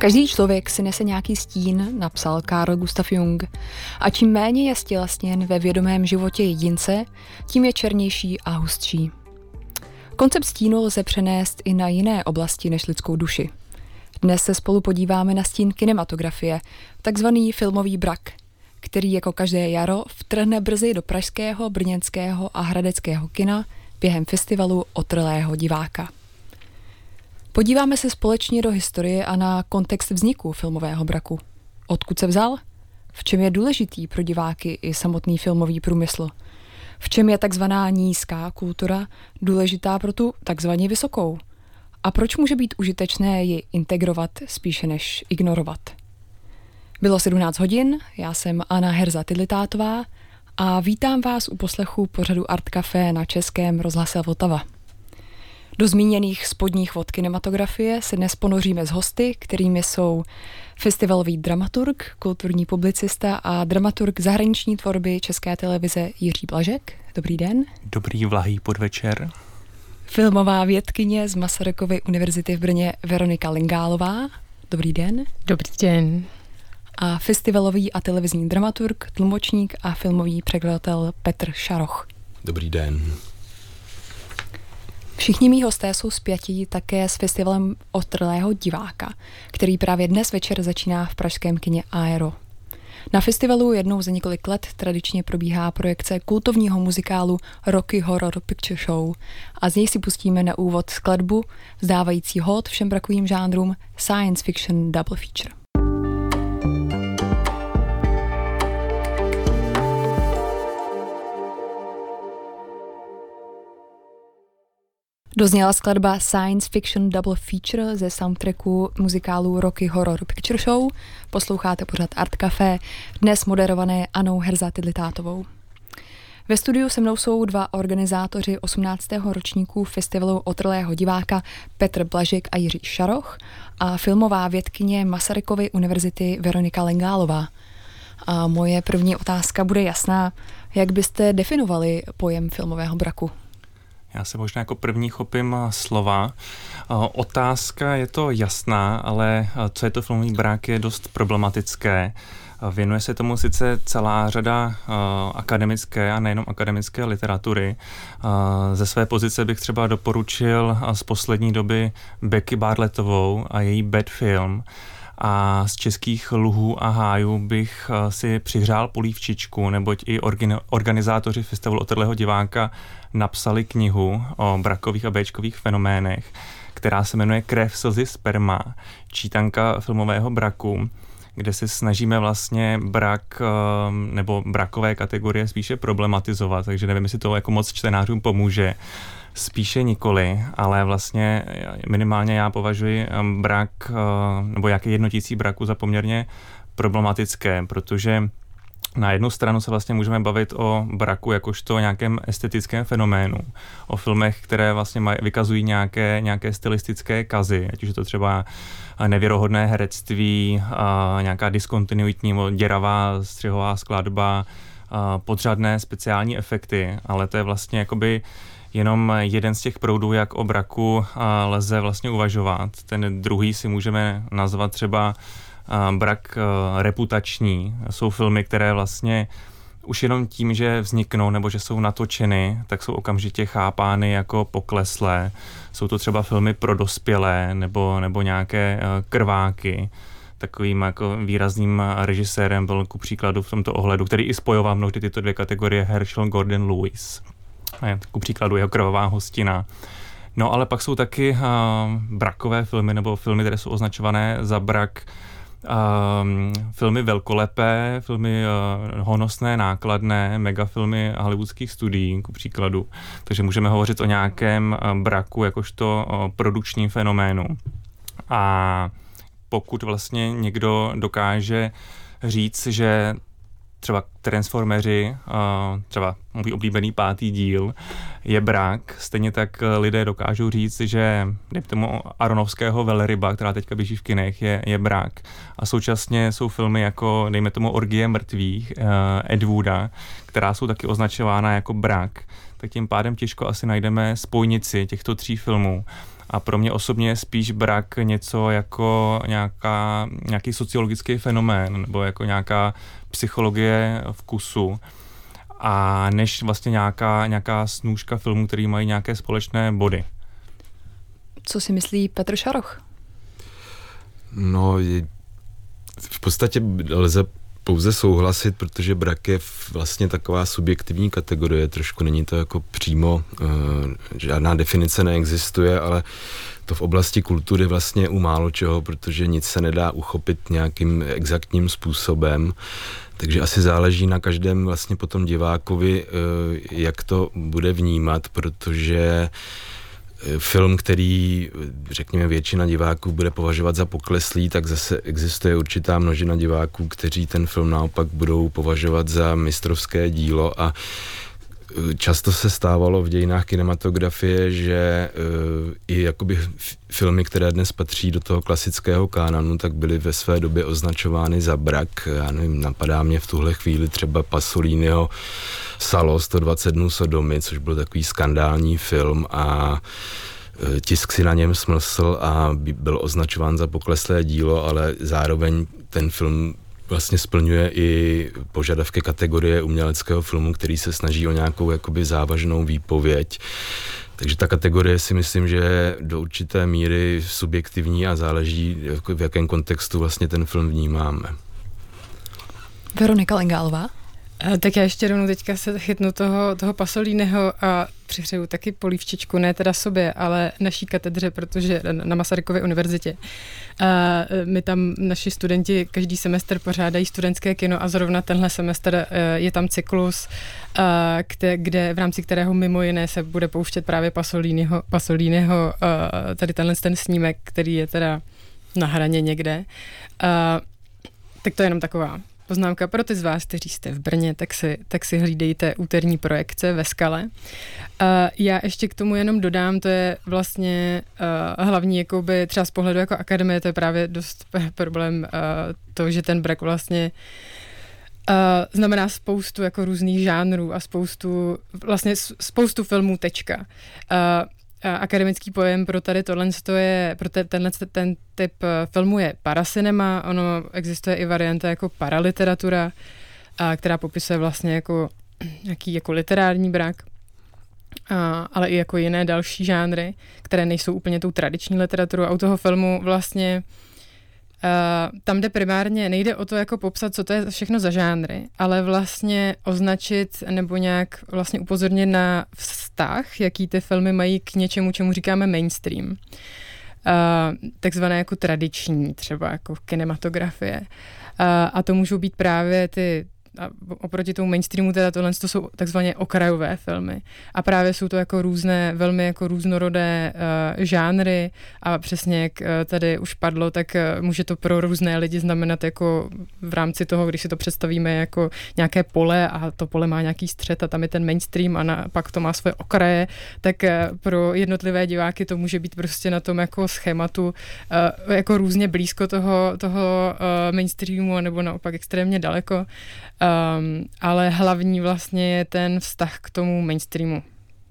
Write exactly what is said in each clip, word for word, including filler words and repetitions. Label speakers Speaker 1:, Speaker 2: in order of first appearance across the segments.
Speaker 1: Každý člověk si nese nějaký stín, napsal Carl Gustav Jung. A čím méně je stělesněn ve vědomém životě jedince, tím je černější a hustší. Koncept stínu lze přenést i na jiné oblasti než lidskou duši. Dnes se spolu podíváme na stín kinematografie, takzvaný filmový brak, který jako každé jaro vtrhne brzy do pražského, brněnského a hradeckého kina během festivalu Otrlého diváka. Podíváme se společně do historie a na kontext vzniku filmového braku. Odkud se vzal? V čem je důležitý pro diváky i samotný filmový průmysl? V čem je takzvaná nízká kultura důležitá pro tu takzvaně vysokou? A proč může být užitečné ji integrovat spíše než ignorovat? Bylo sedmnáct hodin, já jsem Anna Herza Tidlitátová a vítám vás u poslechu pořadu Art Café na Českém rozhlase Vltava. Do zmíněných spodních vod kinematografie se dnes ponoříme s hosty, kterými jsou festivalový dramaturg, kulturní publicista a dramaturg zahraniční tvorby České televize Jiří Blažek. Dobrý den.
Speaker 2: Dobrý vlahý podvečer.
Speaker 1: Filmová vědkyně z Masarykovy univerzity v Brně Veronika Lingálová. Dobrý den.
Speaker 3: Dobrý den.
Speaker 1: A festivalový a televizní dramaturg, tlumočník a filmový překladatel Petr Šaroch.
Speaker 4: Dobrý den.
Speaker 1: Všichni mí hosté jsou spjatí také s festivalem Otrlého diváka, který právě dnes večer začíná v pražském kině Aero. Na festivalu jednou za několik let tradičně probíhá projekce kultovního muzikálu Rocky Horror Picture Show a z něj si pustíme na úvod skladbu vzdávající hód všem brakovým žánrům Science Fiction Double Feature. Dozněla skladba Science Fiction Double Feature ze soundtracku muzikálu Rocky Horror Picture Show. Posloucháte pořad Art Café, dnes moderované Annou Herza Tidlitátovou. Ve studiu se mnou jsou dva organizátoři osmnáctého ročníku festivalu Otrlého diváka Petr Blažek a Jiří Šaroch a filmová vědkyně Masarykovy univerzity Veronika Lingálová. A moje první otázka bude jasná. Jak byste definovali pojem filmového braku?
Speaker 2: Já se možná jako první chopím slova. Otázka je to jasná, ale co je to filmový brak, je dost problematické. Věnuje se tomu sice celá řada akademické a nejenom akademické literatury. Ze své pozice bych třeba doporučil z poslední doby Becky Barlettovou a její Bad Film. A z českých luhů a hájů bych si přihřál polívčičku, neboť i organizátoři festivalu Otrlého diváka napsali knihu o brakových a béčkových fenoménech, která se jmenuje Krev, slzy, sperma, čítanka filmového braku, kde se snažíme vlastně brak nebo brakové kategorie spíše problematizovat, takže nevím, jestli to jako moc čtenářům pomůže. Spíše nikoli, ale vlastně minimálně já považuji brak nebo jaké jednotící braku za poměrně problematické, protože na jednu stranu se vlastně můžeme bavit o braku jakožto nějakém estetickém fenoménu, o filmech, které vlastně maj, vykazují nějaké, nějaké stylistické kazy, ať už je to třeba nevěrohodné herectví, nějaká diskontinuitní, děravá střihová skladba, podřadné speciální efekty, ale to je vlastně jakoby jenom jeden z těch proudů, jak o braku lze vlastně uvažovat. Ten druhý si můžeme nazvat třeba brak reputační. Jsou filmy, které vlastně už jenom tím, že vzniknou nebo že jsou natočeny, tak jsou okamžitě chápány jako pokleslé. Jsou to třeba filmy pro dospělé nebo, nebo nějaké krváky. Takovým jako výrazným režisérem byl ku příkladu v tomto ohledu, který i spojoval mnohdy tyto dvě kategorie, Herschel Gordon Lewis. Ku příkladu jeho Krvavá hostina. No ale pak jsou taky uh, brakové filmy nebo filmy, které jsou označované za brak. Um, filmy velkolepé, filmy uh, honosné, nákladné, megafilmy hollywoodských studií, ku příkladu. Takže můžeme hovořit o nějakém uh, braku jakožto uh, produkčním fenoménu. A pokud vlastně někdo dokáže říct, že třeba Transformeři, třeba můj oblíbený pátý díl, je brak. Stejně tak lidé dokážou říct, že dejme tomu Aronovského Velryba, která teďka běží v kinech, je, je brak. A současně jsou filmy jako, dejme tomu, Orgie mrtvých, Ed Wooda, která jsou taky označována jako brak. Tak tím pádem těžko asi najdeme spojnici těchto tří filmů. A pro mě osobně je spíš brak něco jako nějaká, nějaký sociologický fenomén nebo jako nějaká psychologie vkusu. A než vlastně nějaká, nějaká snůžka filmů, který mají nějaké společné body.
Speaker 1: Co si myslí Petr Šaroch?
Speaker 3: No, je, v podstatě lze pouze souhlasit, protože brak je vlastně taková subjektivní kategorie, trošku není to jako přímo, uh, žádná definice neexistuje, ale to v oblasti kultury vlastně u málo čeho, protože nic se nedá uchopit nějakým exaktním způsobem, takže asi záleží na každém vlastně potom divákovi, uh, jak to bude vnímat, protože film, který, řekněme, většina diváků bude považovat za pokleslý, tak zase existuje určitá množina diváků, kteří ten film naopak budou považovat za mistrovské dílo a často se stávalo v dějinách kinematografie, že uh, i jakoby filmy, které dnes patří do toho klasického kánonu, tak byly ve své době označovány za brak. Já nevím, napadá mě v tuhle chvíli třeba Pasoliniho Salo, sto dvacet dnů Sodomy, což byl takový skandální film a uh, tisk si na něm smlsl a byl označován za pokleslé dílo, ale zároveň ten film vlastně splňuje i požadavky kategorie uměleckého filmu, který se snaží o nějakou jakoby závažnou výpověď. Takže ta kategorie si myslím, že je do určité míry subjektivní a záleží, v jakém kontextu vlastně ten film vnímáme.
Speaker 1: Veronika Lengálová?
Speaker 4: Tak já ještě rovnou teďka se chytnu toho, toho Pasolíneho a přihřeju taky polívčičku, ne teda sobě, ale naší katedře, protože na Masarykově univerzitě. A my tam, naši studenti, každý semestr pořádají studentské kino a zrovna tenhle semestr je tam cyklus, kde, kde v rámci kterého mimo jiné se bude pouštět právě Pasolíneho, Pasolíneho tady tenhle ten snímek, který je teda na hraně někde. A, tak to je jenom taková poznámka pro ty z vás, kteří jste v Brně, tak si, tak si hlídejte úterní projekce ve Skale. Uh, já ještě k tomu jenom dodám, to je vlastně uh, hlavní, jakoby třeba z pohledu jako akademie, to je právě dost problém uh, to, že ten brak vlastně uh, znamená spoustu jako různých žánrů a spoustu, vlastně spoustu filmů tečka. Uh, Akademický pojem pro tady tohle je, pro te, tenhle ten typ filmu je paracinema, ono existuje i varianta jako paraliteratura, a, která popisuje vlastně jako nějaký jako literární brak, a, ale i jako jiné další žánry, které nejsou úplně tou tradiční literaturou a u toho filmu vlastně Uh, tam jde primárně, nejde o to jako popsat, co to je všechno za žánry, ale vlastně označit nebo nějak vlastně upozornit na vztah, jaký ty filmy mají k něčemu, čemu říkáme mainstream. Uh, takzvané jako tradiční třeba jako kinematografie. Uh, a to můžou být právě ty a oproti tomu mainstreamu teda tohle to jsou takzvaně okrajové filmy. A právě jsou to jako různé, velmi jako různorodé uh, žánry a přesně jak uh, tady už padlo, tak uh, může to pro různé lidi znamenat jako v rámci toho, když si to představíme jako nějaké pole a to pole má nějaký střed a tam je ten mainstream a na, pak to má svoje okraje, tak uh, pro jednotlivé diváky to může být prostě na tom jako schématu uh, jako různě blízko toho, toho uh, mainstreamu nebo naopak extrémně daleko. Um, ale hlavní vlastně je ten vztah k tomu mainstreamu.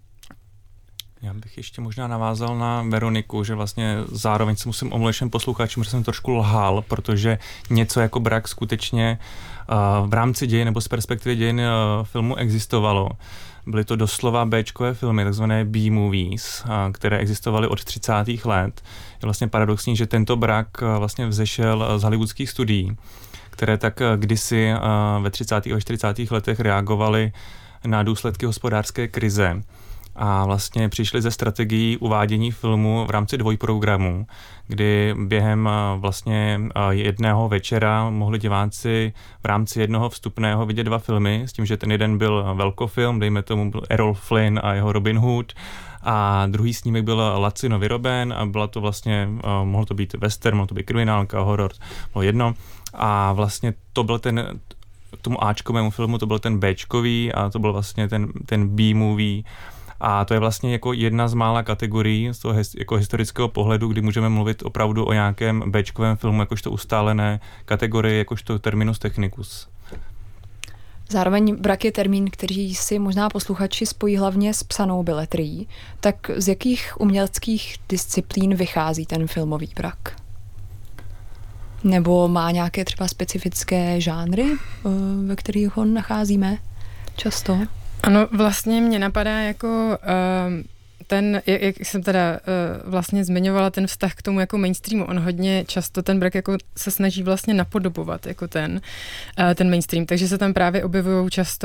Speaker 2: Já bych ještě možná navázal na Veroniku, že vlastně zároveň se musím omluvit všem posluchačům, že jsem trošku lhal, protože něco jako brak skutečně uh, v rámci dějin nebo z perspektivy dějin uh, filmu existovalo. Byly to doslova béčkové filmy, takzvané B-movies, uh, které existovaly od třicátých let. Je vlastně paradoxní, že tento brak uh, vlastně vzešel z hollywoodských studií, které tak kdysi ve třicátých a čtyřicátých letech reagovaly na důsledky hospodářské krize a vlastně přišli ze strategií uvádění filmu v rámci dvojprogramu, kdy během vlastně jedného večera mohli diváci v rámci jednoho vstupného vidět dva filmy, s tím, že ten jeden byl velkofilm, dejme tomu byl Errol Flynn a jeho Robin Hood, a druhý snímek byl lacino vyroben a byla to vlastně, mohl to být western, mohl to být kriminálka, horor, bylo jedno. A vlastně to byl ten, k tomu áčkovému filmu to byl ten béčkový a to byl vlastně ten, ten B-movie. A to je vlastně jako jedna z mála kategorií z toho jako historického pohledu, kdy můžeme mluvit opravdu o nějakém béčkovém filmu, jakožto ustálené kategorii, jakožto terminus technicus.
Speaker 1: Zároveň brak je termín, který si možná posluchači spojí hlavně s psanou beletrií. Tak z jakých uměleckých disciplín vychází ten filmový brak? Nebo má nějaké třeba specifické žánry, ve kterých ho nacházíme často?
Speaker 4: Ano, vlastně mě napadá jako uh, ten, jak jsem teda uh, vlastně zmiňovala, ten vztah k tomu jako mainstreamu. On hodně často ten brak jako se snaží vlastně napodobovat jako ten, uh, ten mainstream, takže se tam právě objevují často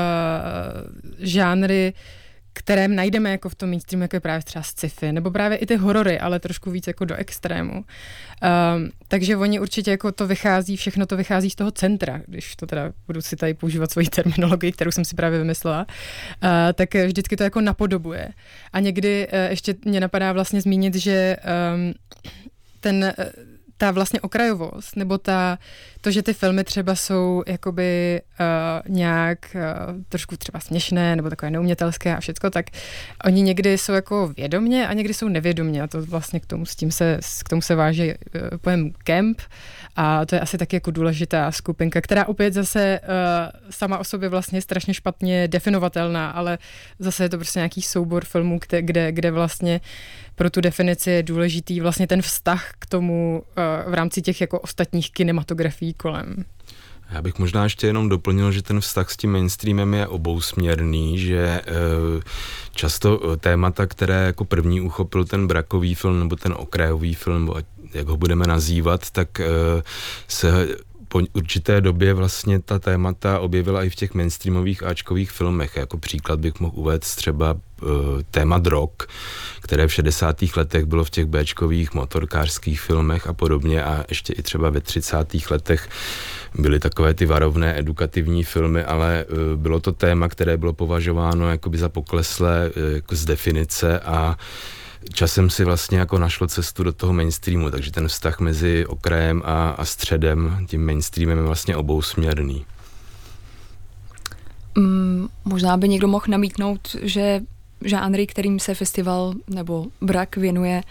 Speaker 4: uh, žánry, které najdeme jako v tom mainstreamu, jako je právě třeba sci-fi, nebo právě i ty horory, ale trošku víc jako do extrému. Um, takže oni určitě jako to vychází, všechno to vychází z toho centra, když to teda budu si tady používat svoji terminologii, kterou jsem si právě vymyslela, uh, tak vždycky to jako napodobuje. A někdy uh, ještě mě napadá vlastně zmínit, že um, ten uh, ta vlastně okrajovost, nebo ta, to, že ty filmy třeba jsou jakoby uh, nějak uh, trošku třeba směšné, nebo takové neumětelské a všecko, tak oni někdy jsou jako vědomně a někdy jsou nevědomně a to vlastně k tomu, s tím se, k tomu se váže uh, pojem camp a to je asi taky jako důležitá skupinka, která opět zase uh, sama o sobě vlastně strašně špatně definovatelná, ale zase je to prostě nějaký soubor filmů, kde, kde, kde vlastně pro tu definici je důležitý vlastně ten vztah k tomu uh, v rámci těch jako ostatních kinematografií kolem.
Speaker 3: Já bych možná ještě jenom doplnil, že ten vztah s tím mainstreamem je obousměrný, že uh, často témata, které jako první uchopil ten brakový film nebo ten okrajový film, jak ho budeme nazývat, tak uh, se po určité době vlastně ta témata objevila i v těch mainstreamových áčkových filmech. Jako příklad bych mohl uvést třeba uh, téma drog, které v šedesátých letech bylo v těch béčkových motorkářských filmech a podobně a ještě i třeba ve třicátých letech byly takové ty varovné edukativní filmy, ale uh, bylo to téma, které bylo považováno jakoby za pokleslé uh, jako z definice a časem si vlastně jako našlo cestu do toho mainstreamu, takže ten vztah mezi okrajem a, a středem, tím mainstreamem je vlastně obousměrný.
Speaker 1: Mm, možná by někdo mohl namítnout, že žánry, kterým se festival nebo brak věnuje,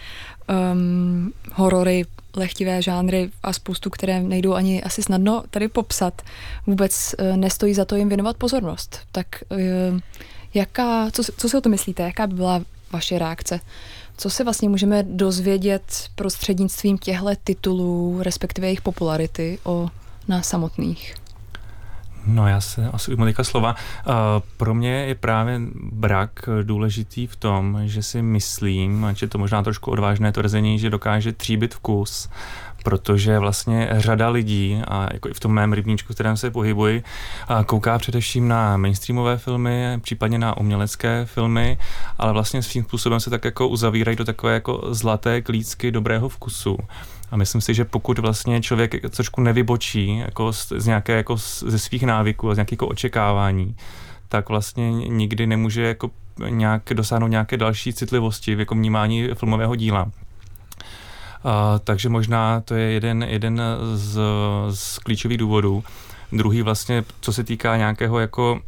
Speaker 1: um, horory, lehtivé žánry a spoustu, které nejdou ani asi snadno tady popsat, vůbec uh, nestojí za to jim věnovat pozornost. Tak uh, jaká, co, co si o to myslíte? Jaká by byla vaše reakce? Co se vlastně můžeme dozvědět prostřednictvím těchto titulů, respektive jejich popularity o nás samotných?
Speaker 2: No já se asi ujmu teďka slova. Uh, pro mě je právě brak důležitý v tom, že si myslím, že to možná trošku odvážné tvrzení, že dokáže tříbit vkus, protože vlastně řada lidí, a jako i v tom mém rybníčku, v kterém se pohybuji, kouká především na mainstreamové filmy, případně na umělecké filmy, ale vlastně svým způsobem se tak jako uzavírají do takové jako zlaté klícky dobrého vkusu. A myslím si, že pokud vlastně člověk trošku nevybočí jako z, z nějaké jako ze svých návyků a z nějakých jako očekávání, tak vlastně nikdy nemůže jako nějak dosáhnout nějaké další citlivosti v jako vnímání filmového díla. Uh, takže možná to je jeden, jeden z, z klíčových důvodů. Druhý vlastně, co se týká nějakého jako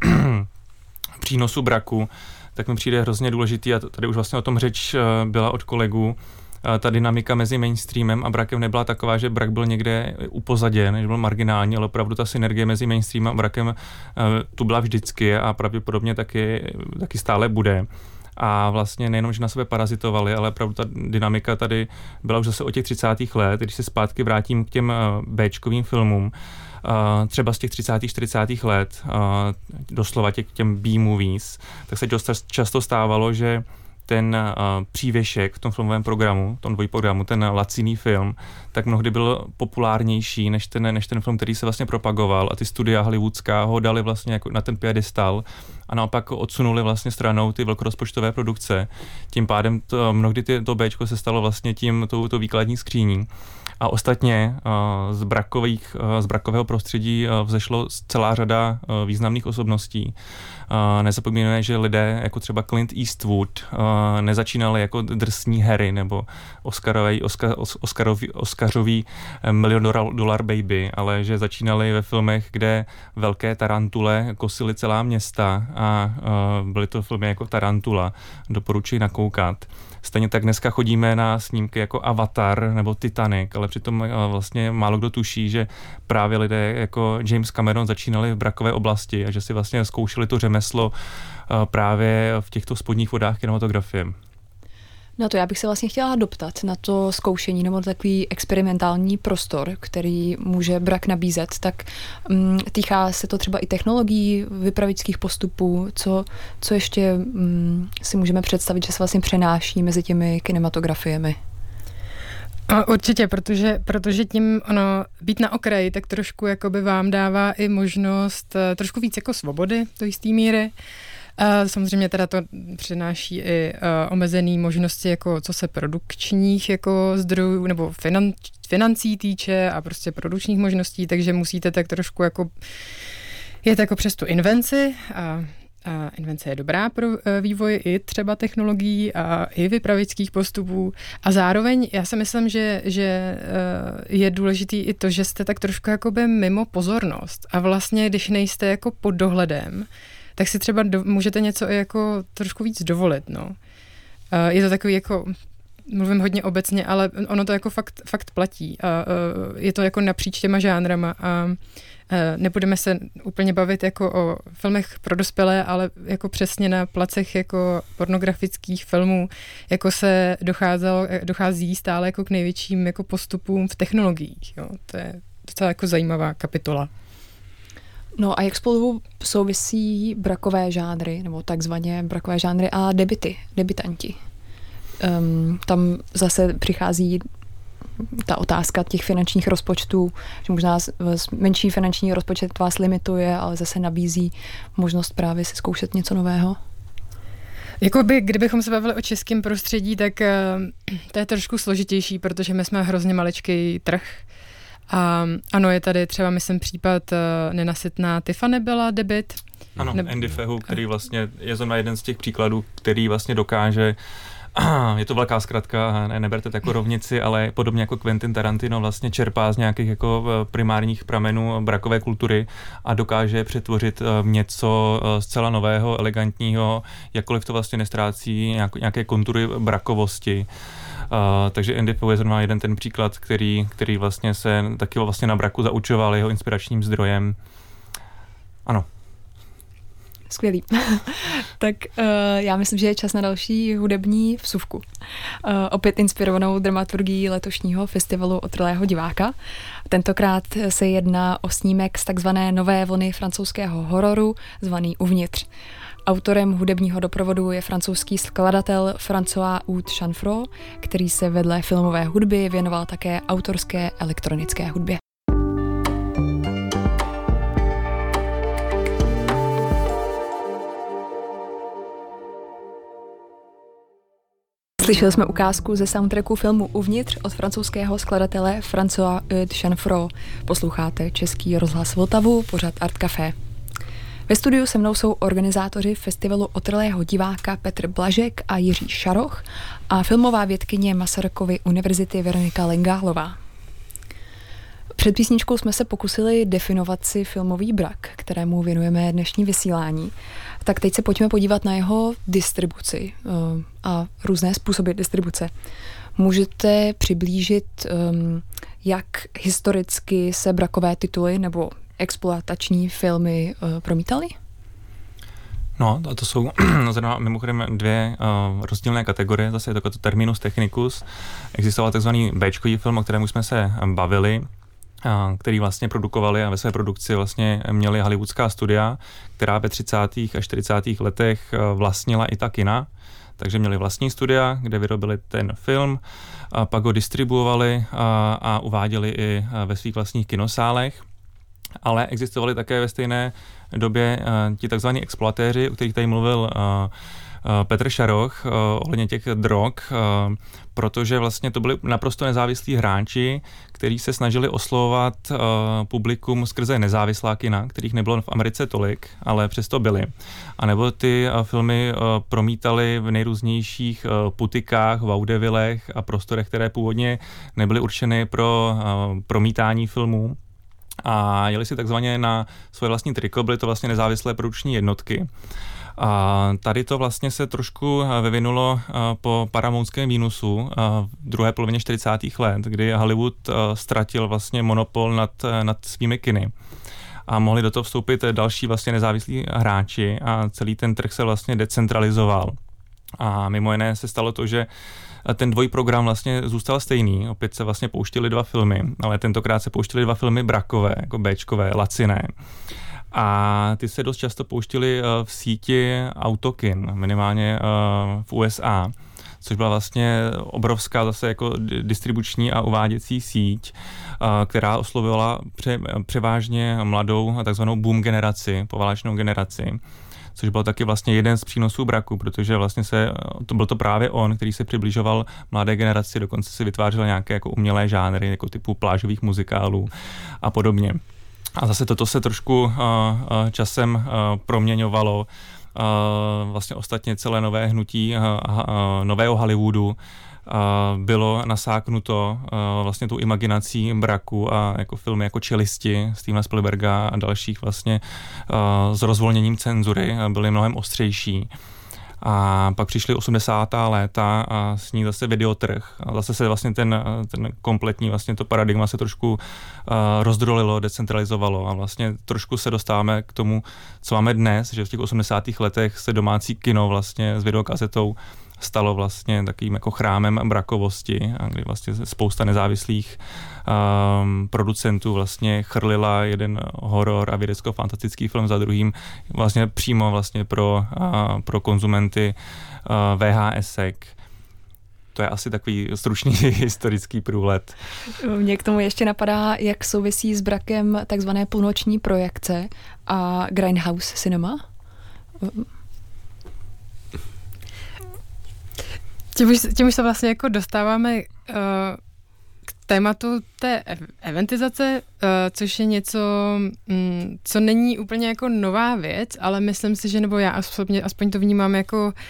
Speaker 2: přínosu braku, tak mi přijde hrozně důležitý, a tady už vlastně o tom řeč byla od kolegů, ta dynamika mezi mainstreamem a brakem nebyla taková, že brak byl někde upozaděn, že byl marginální, ale opravdu ta synergie mezi mainstreamem a brakem tu byla vždycky a pravděpodobně taky, taky stále bude. A vlastně nejenom, že na sebe parazitovali, ale opravdu ta dynamika tady byla už zase od těch třicátých let, když se zpátky vrátím k těm béčkovým filmům, třeba z těch třicátých čtyřicátých let, doslova těch těm B-movies, tak se dost často stávalo, že ten uh, přívěšek v tom filmovém programu, v tom dvojprogramu, ten laciný film, tak mnohdy byl populárnější než ten, než ten film, který se vlastně propagoval a ty studia hollywoodská ho dali vlastně jako na ten piedestal a naopak odsunuli vlastně stranou ty velkorozpočtové produkce. Tím pádem to, mnohdy ty, to Bčko se stalo vlastně tím, tou, tou výkladní skříní. A ostatně uh, z, brakových, uh, z brakového prostředí uh, vzešlo celá řada uh, významných osobností. Nezapomínáme, že lidé jako třeba Clint Eastwood nezačínali jako drsní Harry nebo Oscarový, Oscar, Oscarový, Oscarový Million Dollar Baby, ale že začínali ve filmech, kde velké tarantule kosily celá města a byly to filmy jako Tarantula. Doporučuji nakoukat. Stejně tak dneska chodíme na snímky jako Avatar nebo Titanic, ale přitom vlastně málo kdo tuší, že právě lidé jako James Cameron začínali v brakové oblasti a že si vlastně zkoušeli to řemeslo právě v těchto spodních vodách kinematografie.
Speaker 1: No to já bych se vlastně chtěla doptat na to zkoušení nebo takový experimentální prostor, který může brak nabízet, tak um, týká se to třeba i technologií, vypravických postupů, co, co ještě um, si můžeme představit, že se vlastně přenáší mezi těmi kinematografiemi.
Speaker 4: A určitě, protože, protože tím ono být na okraji, tak trošku jakoby vám dává i možnost trošku víc jako svobody do jisté míry. A samozřejmě teda to přináší i uh, omezené možnosti, jako co se produkčních jako zdrojů nebo finan, financí týče a prostě produkčních možností, takže musíte tak trošku jako jet jako přes tu invenci a, a invence je dobrá pro uh, vývoj i třeba technologií a i vypravických postupů a zároveň já si myslím, že, že uh, je důležitý i to, že jste tak trošku jakoby mimo pozornost a vlastně, když nejste jako pod dohledem, tak si třeba do, můžete něco jako trošku víc dovolit, no. Uh, je to takový jako, mluvím hodně obecně, ale ono to jako fakt, fakt platí a uh, je to jako napříč těma žánrama a uh, nebudeme se úplně bavit jako o filmech pro dospělé, ale jako přesně na placech jako pornografických filmů, jako se docházelo, dochází stále jako k největším jako postupům v technologiích, jo. To je docela jako zajímavá kapitola.
Speaker 1: No a jak spolu souvisí brakové žánry, nebo takzvaně brakové žánry a debity, debitanti? Um, tam zase přichází ta otázka těch finančních rozpočtů, že možná menší finanční rozpočet vás limituje, ale zase nabízí možnost právě si zkoušet něco nového.
Speaker 4: Jakoby, kdybychom se bavili o českém prostředí, tak uh, to je trošku složitější, protože my jsme hrozně maličký trh. A ano, je tady třeba, myslím, případ uh, Nenasytná Tiffany byla debit.
Speaker 2: Ano, ne- Andy Fehu, který vlastně je zrovna jeden z těch příkladů, který vlastně dokáže, ah, je to velká zkratka, ne, neberte to jako rovnici, ale podobně jako Quentin Tarantino vlastně čerpá z nějakých jako primárních pramenů brakové kultury a dokáže přetvořit v něco zcela nového, elegantního, jakkoliv to vlastně nestrácí nějaké kontury brakovosti. Uh, takže Andy Fehu je zrovna jeden ten příklad, který, který vlastně se taky vlastně na braku zaučoval, jeho inspiračním zdrojem. Ano.
Speaker 1: Skvělý. Tak uh, já myslím, že je čas na další hudební vsuvku. Uh, opět inspirovanou dramaturgií letošního festivalu Otrlého diváka. Tentokrát se jedná o snímek z takzvané nové vlny francouzského hororu, zvaný Uvnitř. Autorem hudebního doprovodu je francouzský skladatel François Chanfrot, který se vedle filmové hudby věnoval také autorské elektronické hudbě. Slyšeli jsme ukázku ze soundtracku filmu Uvnitř od francouzského skladatele François Chanfrot. Posloucháte Český rozhlas Vltavu, pořad Art Café. Ve studiu se mnou jsou organizátoři festivalu Otrlého diváka Petr Blažek a Jiří Šaroch a filmová vědkyně Masarykovy univerzity Veronika Lengálová. Před písničkou jsme se pokusili definovat si filmový brak, kterému věnujeme dnešní vysílání. Tak teď se pojďme podívat na jeho distribuci a různé způsoby distribuce. Můžete přiblížit, jak historicky se brakové tituly nebo exploatační filmy promítaly?
Speaker 2: No, a to jsou mimochodem dvě uh, rozdílné kategorie, zase je to terminus technicus. Existoval takzvaný béčkový film, o kterém už jsme se bavili, který vlastně produkovali a ve své produkci vlastně měli hollywoodská studia, která ve třicátých a čtyřicátých letech vlastnila i ta kina, takže měli vlastní studia, kde vyrobili ten film, a pak ho distribuovali a, a uváděli i ve svých vlastních kinosálech, ale existovali také ve stejné době ti takzvaní exploatéři, o kterých tady mluvil Petr Šaroch ohledně těch drog, protože vlastně to byli naprosto nezávislí hráči, kteří se snažili oslovovat publikum skrze nezávislá kina, kterých nebylo v Americe tolik, ale přesto byly. A nebo ty filmy promítali v nejrůznějších putikách, vaudevilech a prostorech, které původně nebyly určeny pro promítání filmů. A jeli si takzvaně na svoje vlastní triko, byly to vlastně nezávislé produkční jednotky. A tady to vlastně se trošku vyvinulo po paramounském mínusu v druhé polovině čtyřicátých let, kdy Hollywood ztratil vlastně monopol nad, nad svými kiny. A mohli do toho vstoupit další vlastně nezávislí hráči a celý ten trh se vlastně decentralizoval. A mimo jiné se stalo to, že ten dvojí program vlastně zůstal stejný. Opět se vlastně pouštily dva filmy, ale tentokrát se pouštily dva filmy brakové, jako béčkové, laciné. A ty se dost často pouštily v síti autokin, minimálně v U S A, což byla vlastně obrovská zase jako distribuční a uváděcí síť, která oslovila pře, převážně mladou a takzvanou boom generaci, poválečnou generaci, což byl taky vlastně jeden z přínosů braku, protože vlastně se, to byl to právě on, který se přibližoval mladé generaci, dokonce si vytvářel nějaké jako umělé žánry, jako typu plážových muzikálů a podobně. A zase toto se trošku uh, časem uh, proměňovalo. Uh, vlastně ostatně celé nové hnutí uh, uh, nového Hollywoodu uh, bylo nasáknuto uh, vlastně tou imaginací braku a jako filmy jako Čelisti Stevena Spielberga a dalších vlastně uh, s rozvolněním cenzury byly mnohem ostřejší. A pak přišly osmdesátá léta a s ní zase videotrh. A zase se vlastně ten, ten kompletní vlastně to paradigma se trošku uh, rozdrolilo, decentralizovalo a vlastně trošku se dostáváme k tomu, co máme dnes, že v těch osmdesátých letech se domácí kino vlastně s videokazetou stalo vlastně takovým jako chrámem brakovosti, a kdy vlastně spousta nezávislých um, producentů vlastně chrlila jeden horor a vědecko-fantastický film za druhým vlastně přímo vlastně pro, uh, pro konzumenty uh, V H S ek. To je asi takový stručný historický průhled.
Speaker 1: Mně k tomu ještě napadá, jak souvisí s brakem takzvané půlnoční projekce a Grindhouse cinema.
Speaker 4: Tím už, tím už se vlastně jako dostáváme uh, k tématu té eventizace, uh, což je něco, um, co není úplně jako nová věc, ale myslím si, že nebo já aspoň, aspoň to vnímám jako uh,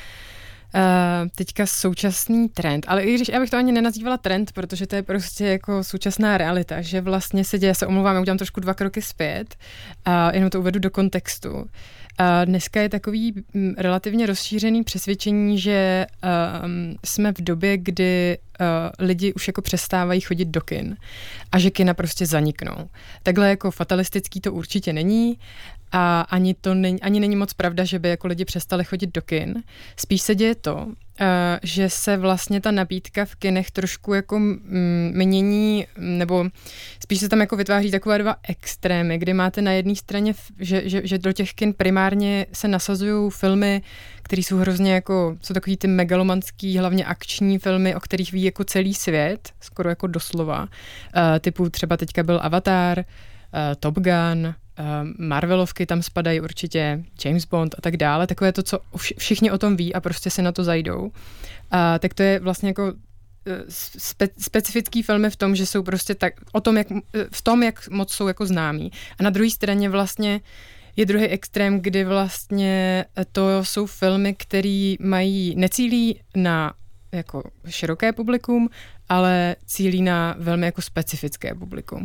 Speaker 4: teďka současný trend. Ale i když já bych to ani nenazývala trend, protože to je prostě jako současná realita, že vlastně se děje, já se omlouvám, já udělám trošku dva kroky zpět a jenom to uvedu do kontextu. A dneska je takový m, relativně rozšířený přesvědčení, že um, jsme v době, kdy uh, lidi už jako přestávají chodit do kin a že kina prostě zaniknou. Takhle jako fatalistický to určitě není a ani to není, ani není moc pravda, že by jako lidi přestali chodit do kin. Spíš se děje to, uh, že se vlastně ta nabídka v kinech trošku jako mm, mění, nebo spíš se tam jako vytváří takové dva extrémy, kdy máte na jedné straně, že, že, že do těch kin primárně se nasazují filmy, které jsou hrozně jako, jsou takový ty megalomanský, hlavně akční filmy, o kterých ví jako celý svět, skoro jako doslova. Uh, typu třeba teďka byl Avatar, uh, Top Gun, Marvelovky tam spadají určitě, James Bond a tak dále, takové to, co všichni o tom ví a prostě se na to zajdou. A, tak to je vlastně jako spe, specifický filmy v tom, že jsou prostě tak, o tom, jak, v tom, jak moc jsou jako známí. A na druhé straně vlastně je druhý extrém, kdy vlastně to jsou filmy, které mají, necílí na jako široké publikum, ale cílí na velmi jako specifické publikum.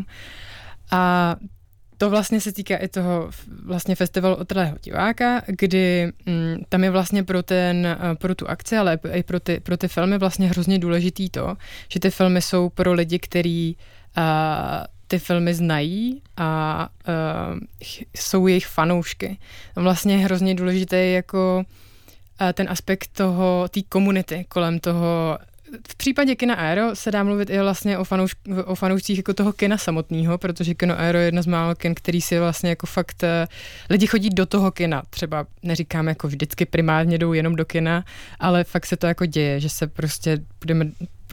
Speaker 4: A to vlastně se týká i toho vlastně festivalu otrlého diváka, kdy mm, tam je vlastně pro, ten, pro tu akci, ale i pro ty, pro ty filmy vlastně hrozně důležitý to, že ty filmy jsou pro lidi, kteří uh, ty filmy znají a uh, jsou jejich fanoušky. Vlastně je hrozně důležitý jako uh, ten aspekt toho, té komunity kolem toho. V případě kina Aero se dá mluvit i vlastně o, fanouš, o fanoušcích jako toho kina samotného, protože kino Aero je jedna z málo kin, který si vlastně jako fakt lidi chodí do toho kina. Třeba neříkám jako vždycky primárně jdou jenom do kina, ale fakt se to jako děje, že se prostě budeme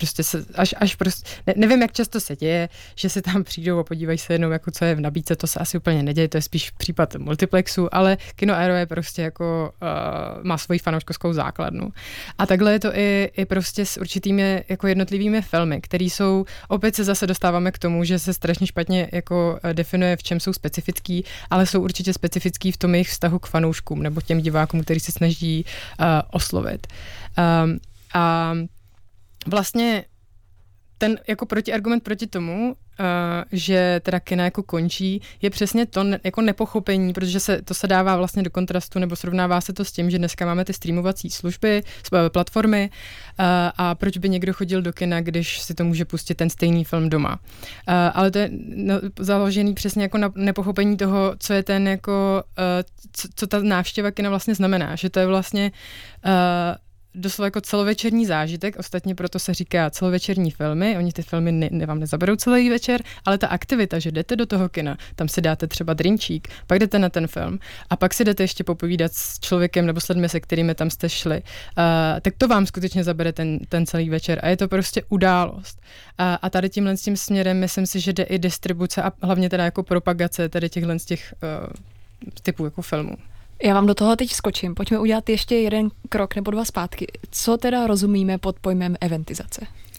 Speaker 4: prostě se, až, až prostě, ne, nevím, jak často se děje, že si tam přijdou a podívají se jenom, jako co je v nabídce, to se asi úplně neděje, to je spíš případ multiplexu, ale Kino Aero je prostě jako, uh, má svoji fanouškovskou základnu. A takhle je to i, i prostě s určitými jako jednotlivými filmy, které jsou, opět se zase dostáváme k tomu, že se strašně špatně jako definuje, v čem jsou specifický, ale jsou určitě specifický v tom jejich vztahu k fanouškům nebo těm divákům, který se snaží uh, oslovit. Um, a vlastně ten jako protiargument proti tomu, uh, že teda kina jako končí, je přesně to ne, jako nepochopení, protože se, to se dává vlastně do kontrastu nebo srovnává se to s tím, že dneska máme ty streamovací služby, platformy uh, a proč by někdo chodil do kina, když si to může pustit ten stejný film doma. Uh, ale to je no, založený přesně jako na nepochopení toho, co je ten jako, uh, co, co ta návštěva kina vlastně znamená, že to je vlastně uh, doslova jako celovečerní zážitek, ostatně proto se říká celovečerní filmy, oni ty filmy ne, ne vám nezaberou celý večer, ale ta aktivita, že jdete do toho kina, tam si dáte třeba drinčík, pak jdete na ten film a pak si jdete ještě popovídat s člověkem nebo s lidmi, se kterými tam jste šli, uh, tak to vám skutečně zabere ten, ten celý večer a je to prostě událost. Uh, a tady tímhle s tím směrem myslím si, že jde i distribuce a hlavně teda jako propagace tady těchhle z těch uh, typů jako filmů.
Speaker 1: Já vám do toho teď skočím. Pojďme udělat ještě jeden krok nebo dva zpátky. Co teda rozumíme pod pojmem eventizace?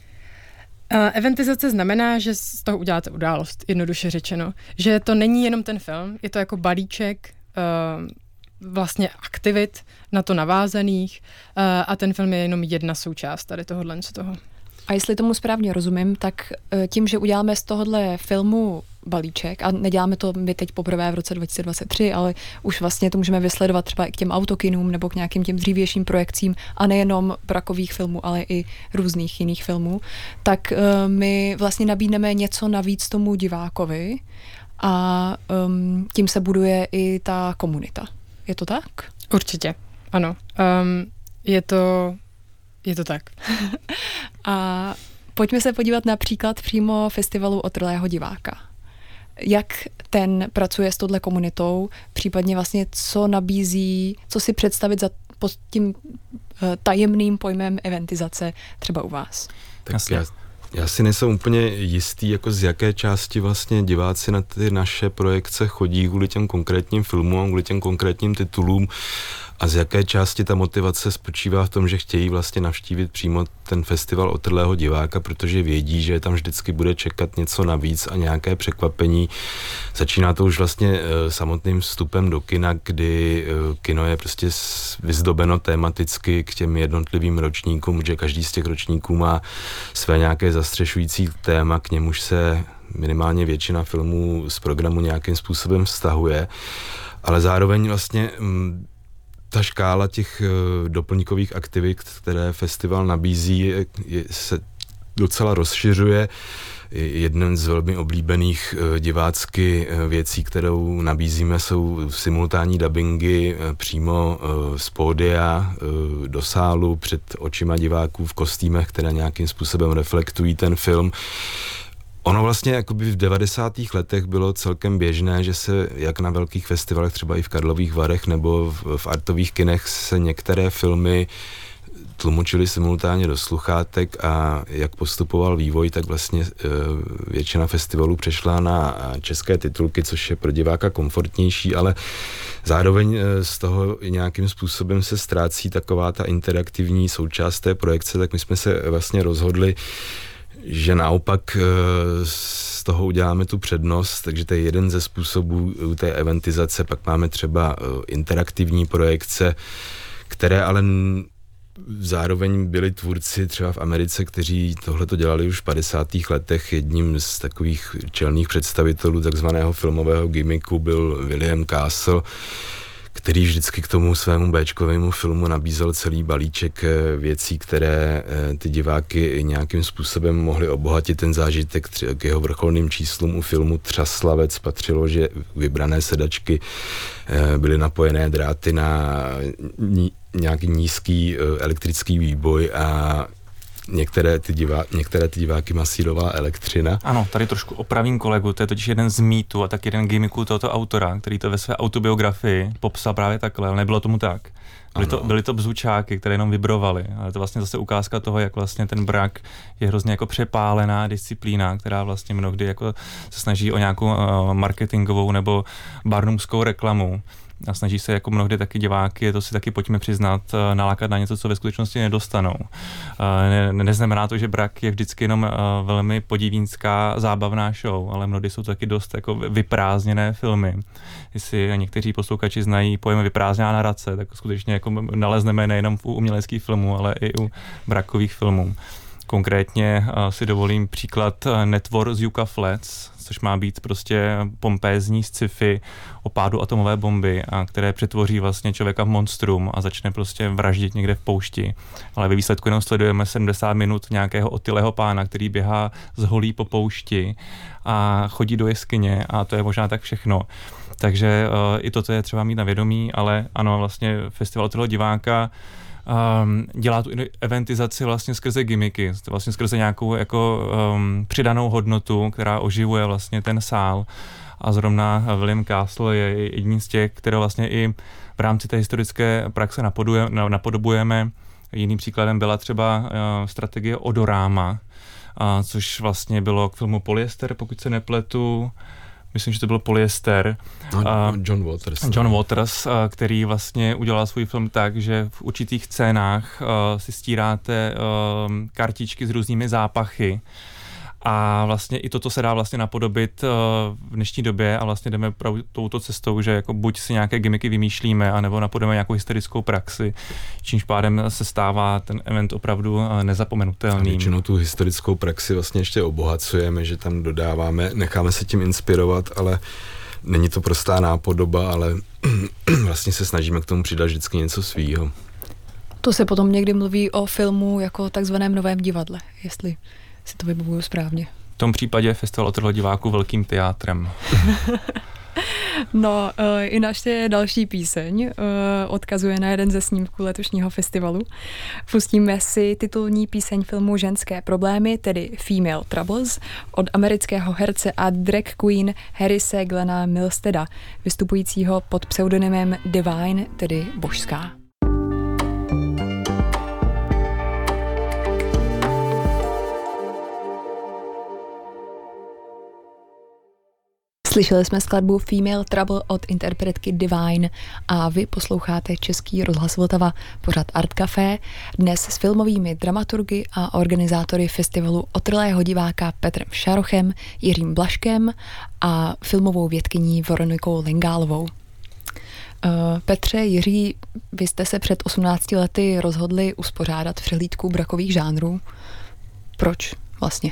Speaker 4: Uh, eventizace znamená, že z toho uděláte událost, jednoduše řečeno. Že to není jenom ten film, je to jako balíček uh, vlastně aktivit na to navázaných uh, a ten film je jenom jedna součást tady tohohle z toho.
Speaker 1: A jestli tomu správně rozumím, tak tím, že uděláme z tohohle filmu balíček, a neděláme to my teď poprvé v roce dva tisíce dvacet tři, ale už vlastně to můžeme vysledovat třeba i k těm autokinům nebo k nějakým těm dřívějším projekcím a nejenom brakových filmů, ale i různých jiných filmů, tak uh, my vlastně nabídneme něco navíc tomu divákovi a um, tím se buduje i ta komunita. Je to tak?
Speaker 4: Určitě, ano. Um, je to... Je to tak.
Speaker 1: A pojďme se podívat například přímo festivalu Otrlého diváka. Jak ten pracuje s touhle komunitou, případně vlastně co nabízí, co si představit za pod tím uh, tajemným pojmem eventizace třeba u vás?
Speaker 3: Tak já, já si nejsem úplně jistý, jako z jaké části vlastně diváci na ty naše projekce chodí kvůli těm konkrétním filmům, kvůli těm konkrétním titulům. A z jaké části ta motivace spočívá v tom, že chtějí vlastně navštívit přímo ten festival Otrlého diváka, protože vědí, že tam vždycky bude čekat něco navíc a nějaké překvapení. Začíná to už vlastně uh, samotným vstupem do kina, kdy uh, kino je prostě vyzdobeno tematicky k těm jednotlivým ročníkům, že každý z těch ročníků má své nějaké zastřešující téma, k němuž se minimálně většina filmů z programu nějakým způsobem vztahuje, ale zároveň vlastně um, ta škála těch uh, doplňkových aktivit, které festival nabízí, je, je, se docela rozšiřuje. Jeden z velmi oblíbených uh, divácky uh, věcí, kterou nabízíme, jsou simultánní dabingy uh, přímo uh, z pódia uh, do sálu před očima diváků v kostýmech, které nějakým způsobem reflektují ten film. Ono vlastně jakoby v devadesátých letech bylo celkem běžné, že se jak na velkých festivalech, třeba i v Karlových Varech nebo v, v artových kinech se některé filmy tlumočily simultánně do sluchátek a jak postupoval vývoj, tak vlastně e, většina festivalů přešla na české titulky, což je pro diváka komfortnější, ale zároveň e, z toho nějakým způsobem se ztrácí taková ta interaktivní součást té projekce, tak my jsme se vlastně rozhodli, že naopak z toho uděláme tu přednost, takže to je jeden ze způsobů té eventizace, pak máme třeba interaktivní projekce, které ale zároveň byli tvůrci třeba v Americe, kteří tohleto dělali už v padesátých letech. Jedním z takových čelných představitelů takzvaného filmového gimmicku byl William Castle, který vždycky k tomu svému béčkovému filmu nabízel celý balíček věcí, které ty diváky nějakým způsobem mohly obohatit ten zážitek. K jeho vrcholným číslům u filmu Třaslavec patřilo, že vybrané sedačky byly napojené dráty na nějaký nízký elektrický výboj a Některé ty, divá, některé ty diváky masírovala elektřina.
Speaker 2: Ano, tady trošku opravím kolegu, to je totiž jeden z mýtů a tak jeden gimmicků tohoto autora, který to ve své autobiografii popsal právě takhle, ale nebylo tomu tak. Byly to, byly to bzučáky, které jenom vibrovaly, ale to vlastně zase ukázka toho, jak vlastně ten brak je hrozně jako přepálená disciplína, která vlastně mnohdy jako se snaží o nějakou uh, marketingovou nebo barnumskou reklamu. A snaží se jako mnohdy taky diváky, to si taky pojďme přiznat, nalákat na něco, co ve skutečnosti nedostanou. Ne, neznamená to, že brak je vždycky jenom velmi podivínská zábavná show, ale mnohdy jsou to taky dost jako vyprázdněné filmy. Jestli někteří posluchači znají pojem vyprázdněná narace, tak skutečně jako nalezneme nejenom u uměleckých filmů, ale i u brakových filmů. Konkrétně si dovolím příklad Netvor z Yucca Flats, což má být prostě pompézní sci-fi o pádu atomové bomby, a které přetvoří vlastně člověka v monstrum a začne prostě vraždit někde v poušti. Ale ve výsledku jenom sledujeme sedmdesát minut nějakého otylého pána, který běhá z holí po poušti a chodí do jeskyně, a to je možná tak všechno. Takže uh, i toto je třeba mít na vědomí, ale ano, vlastně festival otylého diváka Um, dělá tu eventizaci vlastně skrze gimmicky, vlastně skrze nějakou jako um, přidanou hodnotu, která oživuje vlastně ten sál, a zrovna William Castle je jedním z těch, které vlastně i v rámci té historické praxe napodobujeme. Jiným příkladem byla třeba uh, strategie Odorama, uh, což vlastně bylo k filmu Polyester, pokud se nepletu. Myslím, že to byl Polyester.
Speaker 3: No, uh, John Waters.
Speaker 2: John Waters, uh, který vlastně udělal svůj film tak, že v určitých scénách uh, si stíráte uh, kartičky s různými zápachy. A vlastně i toto se dá vlastně napodobit uh, v dnešní době, a vlastně jdeme pravou touto cestou, že jako buď si nějaké gimmicky vymýšlíme, anebo napodobíme nějakou historickou praxi, čímž pádem se stává ten event opravdu uh, nezapomenutelný.
Speaker 3: Většinou tu historickou praxi vlastně ještě obohacujeme, že tam dodáváme, necháme se tím inspirovat, ale není to prostá nápodoba, ale vlastně se snažíme k tomu přidat vždycky něco svýho.
Speaker 1: To se potom někdy mluví o filmu jako takzvaném novém divadle, jestli si to vybavuju správně.
Speaker 2: V tom případě festival otylého diváku velkým teátrem.
Speaker 1: No, i naše další píseň odkazuje na jeden ze snímků letošního festivalu. Pustíme si titulní píseň filmu Ženské problémy, tedy Female Troubles, od amerického herce a drag queen Harrise Glena Milsteada, vystupujícího pod pseudonymem Divine, tedy božská. Slyšeli jsme skladbu Female Trouble od interpretky Divine a vy posloucháte Český rozhlas Vltava, pořad Art Café, dnes s filmovými dramaturgy a organizátory festivalu Otylého diváka Petrem Šarochem, Jiřím Blaškem a filmovou vědkyní Veronikou Lingálovou. Uh, Petře, Jiří, vy jste se před osmnácti lety rozhodli uspořádat přehlídku brakových žánrů. Proč vlastně?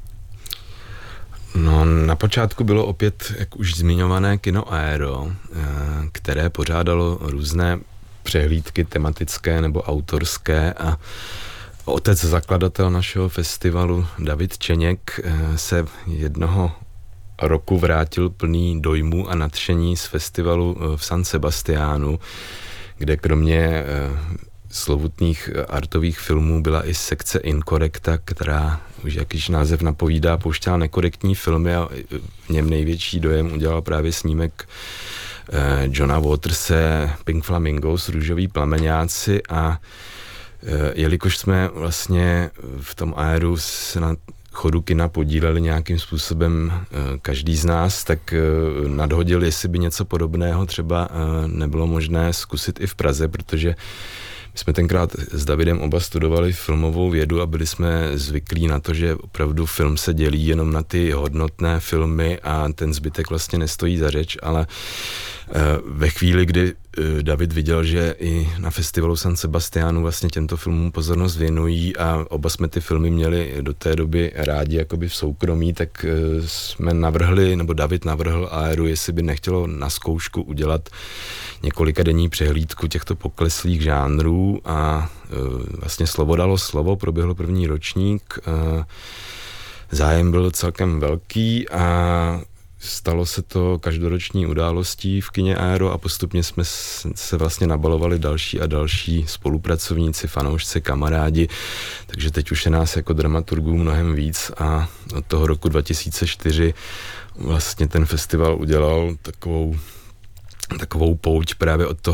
Speaker 3: No, na počátku bylo opět, jak už zmiňované, Kino Aero, které pořádalo různé přehlídky tematické nebo autorské, a otec zakladatel našeho festivalu David Čeněk se jednoho roku vrátil plný dojmů a nadšení z festivalu v San Sebastiánu, kde kromě slovutných artových filmů byla i sekce Inkorekta, která, už jakýž název napovídá, pouštěla nekorektní filmy, a v něm největší dojem udělal právě snímek eh, Johna Waterse Pink Flamingos, Růžoví plameňáci, a eh, jelikož jsme vlastně v tom aeru se na chodu kina podíleli nějakým způsobem eh, každý z nás, tak eh, nadhodil, jestli by něco podobného třeba eh, nebylo možné zkusit i v Praze, protože my jsme tenkrát s Davidem oba studovali filmovou vědu a byli jsme zvyklí na to, že opravdu film se dělí jenom na ty hodnotné filmy a ten zbytek vlastně nestojí za řeč, ale ve chvíli, kdy David viděl, že i na festivalu San Sebastiánu vlastně těmto filmům pozornost věnují a oba jsme ty filmy měli do té doby rádi jakoby v soukromí, tak jsme navrhli, nebo David navrhl Aeru, jestli by nechtělo na zkoušku udělat několika denní přehlídku těchto pokleslých žánrů, a vlastně slovo dalo slovo, proběhl první ročník, zájem byl celkem velký a stalo se to každoroční událostí v kině Aero a postupně jsme se vlastně nabalovali další a další spolupracovníci, fanoušci, kamarádi, takže teď už je nás jako dramaturgů mnohem víc a od toho roku dva tisíce čtyři vlastně ten festival udělal takovou, takovou pouť právě od toho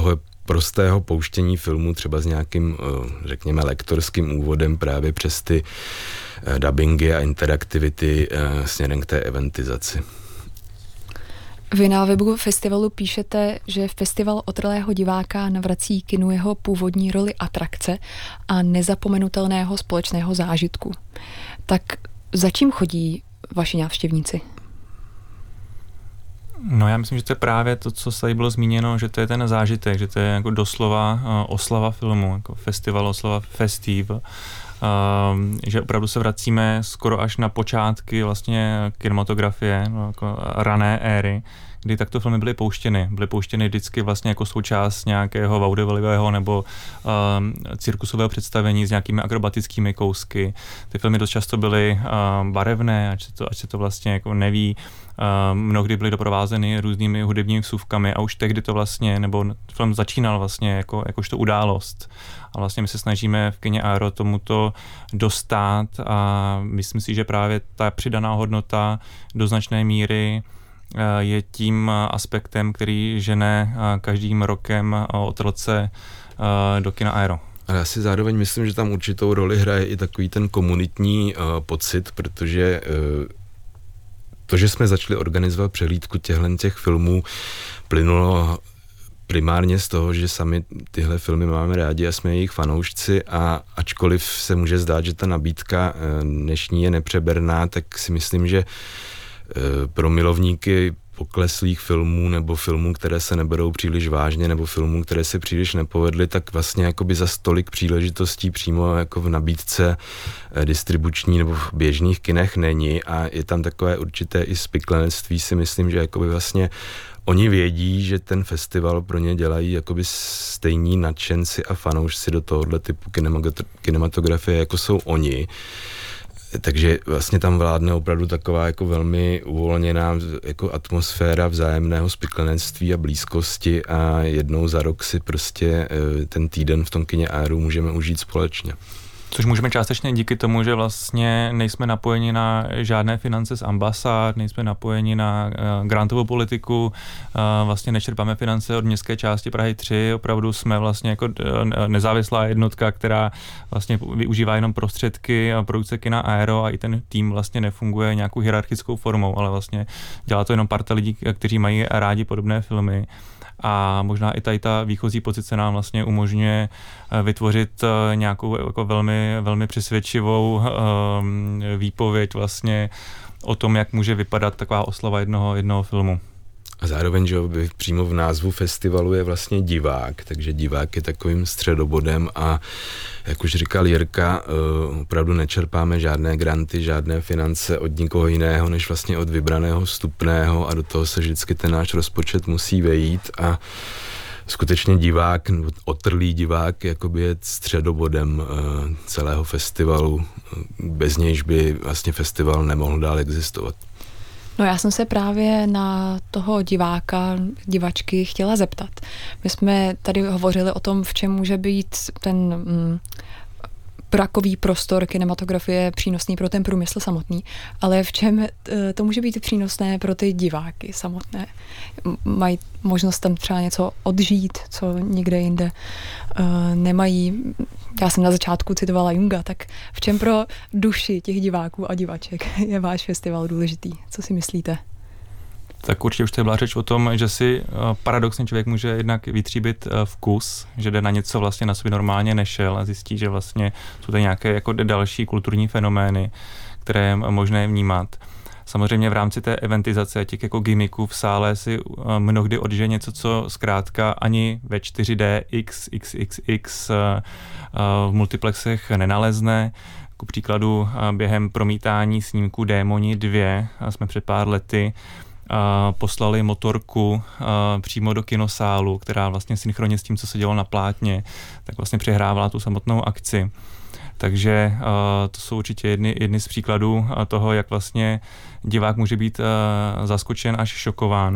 Speaker 3: prostého pouštění filmu třeba s nějakým, řekněme, lektorským úvodem právě přes ty dabingy a interaktivity směrem k té eventizaci.
Speaker 1: Vy na webu festivalu píšete, že festival otrlého diváka navrací kinu jeho původní roli atrakce a nezapomenutelného společného zážitku. Tak za čím chodí vaši návštěvníci?
Speaker 2: No já myslím, že to je právě to, co tady bylo zmíněno, že to je ten zážitek, že to je jako doslova uh, oslava filmu, jako festival, oslava festiv, uh, že opravdu se vracíme skoro až na počátky vlastně kinematografie, no, jako rané éry, kdy takto filmy byly pouštěny. Byly pouštěny vždycky vlastně jako součást nějakého vaudevillého nebo um, cirkusového představení s nějakými akrobatickými kousky. Ty filmy dost často byly um, barevné, ať se to, ať se to vlastně jako neví. Um, mnohdy byly doprovázeny různými hudebními vsuvkami a už tehdy to vlastně, nebo film začínal vlastně jako, jakožto událost. A vlastně my se snažíme v kině Aero tomuto dostat a myslím si, že právě ta přidaná hodnota do značné míry je tím aspektem, který žene každým rokem otrlce do kina Aero.
Speaker 3: Ale já si zároveň myslím, že tam určitou roli hraje i takový ten komunitní uh, pocit, protože uh, to, že jsme začali organizovat přehlídku těchto těch filmů, plynulo primárně z toho, že sami tyhle filmy máme rádi a jsme jejich fanoušci a ačkoliv se může zdát, že ta nabídka dnešní je nepřeberná, tak si myslím, že pro milovníky pokleslých filmů nebo filmů, které se neberou příliš vážně nebo filmů, které se příliš nepovedly, tak vlastně jakoby za stolik příležitostí přímo jako v nabídce distribuční nebo v běžných kinech není a je tam takové určité i spiklenectví, si myslím, že jakoby vlastně oni vědí, že ten festival pro ně dělají jakoby stejní nadšenci a fanoušci do tohohle typu kinematografie, jako jsou oni. Takže vlastně tam vládne opravdu taková jako velmi uvolněná jako atmosféra vzájemného spiklenectví a blízkosti a jednou za rok si prostě ten týden v tom kině Aero můžeme užít společně.
Speaker 2: Což můžeme částečně díky tomu, že vlastně nejsme napojeni na žádné finance z ambasád, nejsme napojeni na uh, grantovou politiku, uh, vlastně nečerpáme finance od městské části Prahy tři, opravdu jsme vlastně jako nezávislá jednotka, která vlastně využívá jenom prostředky a produkce kina Aero a i ten tým vlastně nefunguje nějakou hierarchickou formou, ale vlastně dělá to jenom parta lidí, kteří mají rádi podobné filmy. A možná i tady ta výchozí pozice nám vlastně umožňuje vytvořit nějakou jako velmi, velmi přesvědčivou um, výpověď vlastně o tom, jak může vypadat taková oslava jednoho, jednoho filmu.
Speaker 3: A zároveň, že přímo v názvu festivalu je vlastně divák, takže divák je takovým středobodem a jak už říkal Jirka, opravdu nečerpáme žádné granty, žádné finance od nikoho jiného, než vlastně od vybraného vstupného a do toho se vždycky ten náš rozpočet musí vejít a skutečně divák, otrlý divák jakoby je středobodem celého festivalu, bez nějž by vlastně festival nemohl dál existovat.
Speaker 1: No já jsem se právě na toho diváka, divačky chtěla zeptat. My jsme tady hovořili o tom, v čem může být ten mm, brakový prostor kinematografie přínosný pro ten průmysl samotný, ale v čem to může být přínosné pro ty diváky samotné? Mají možnost tam třeba něco odžít, co nikde jinde uh, nemají. Já jsem na začátku citovala Junga, tak v čem pro duši těch diváků a divaček je váš festival důležitý? Co si myslíte?
Speaker 2: Tak určitě už to byla řeč o tom, že si paradoxně člověk může jednak vytříbit vkus, že jde na něco vlastně na sobě normálně nešel a zjistí, že vlastně jsou tady nějaké jako další kulturní fenomény, které je možné vnímat. Samozřejmě v rámci té eventizace těch jako gimmicků v sále si mnohdy odžije něco, co zkrátka ani ve čtyři dé X X X X v multiplexech nenalezne. Ku příkladu během promítání snímku Démoni dva jsme před pár lety poslali motorku přímo do kinosálu, která vlastně synchronně s tím, co se dělo na plátně, tak vlastně přehrávala tu samotnou akci. Takže uh, to jsou určitě jedny, jedny z příkladů toho, jak vlastně divák může být uh, zaskočen až šokován.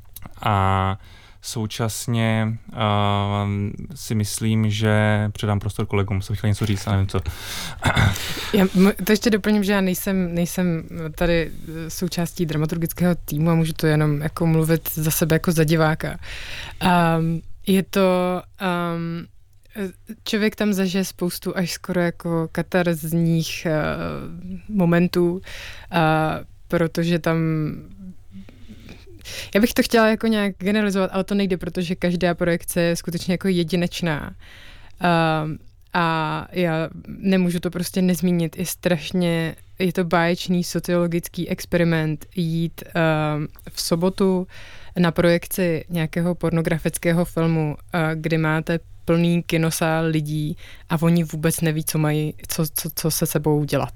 Speaker 2: A současně uh, si myslím, že předám prostor kolegům, jsem chtěl něco říct, a nevím co.
Speaker 4: Já to ještě doplním, že já nejsem, nejsem tady součástí dramaturgického týmu a můžu to jenom jako mluvit za sebe jako za diváka. Um, Je to... Um, člověk tam zažije spoustu až skoro jako katarzních uh, momentů, uh, protože tam... Já bych to chtěla jako nějak generalizovat, ale to nejde, protože každá projekce je skutečně jako jedinečná. Uh, a já nemůžu to prostě nezmínit. Je strašně, je to báječný sociologický experiment jít uh, v sobotu na projekci nějakého pornografického filmu, uh, kdy máte plný kinosál lidí a oni vůbec neví, co mají, co, co, co se sebou dělat.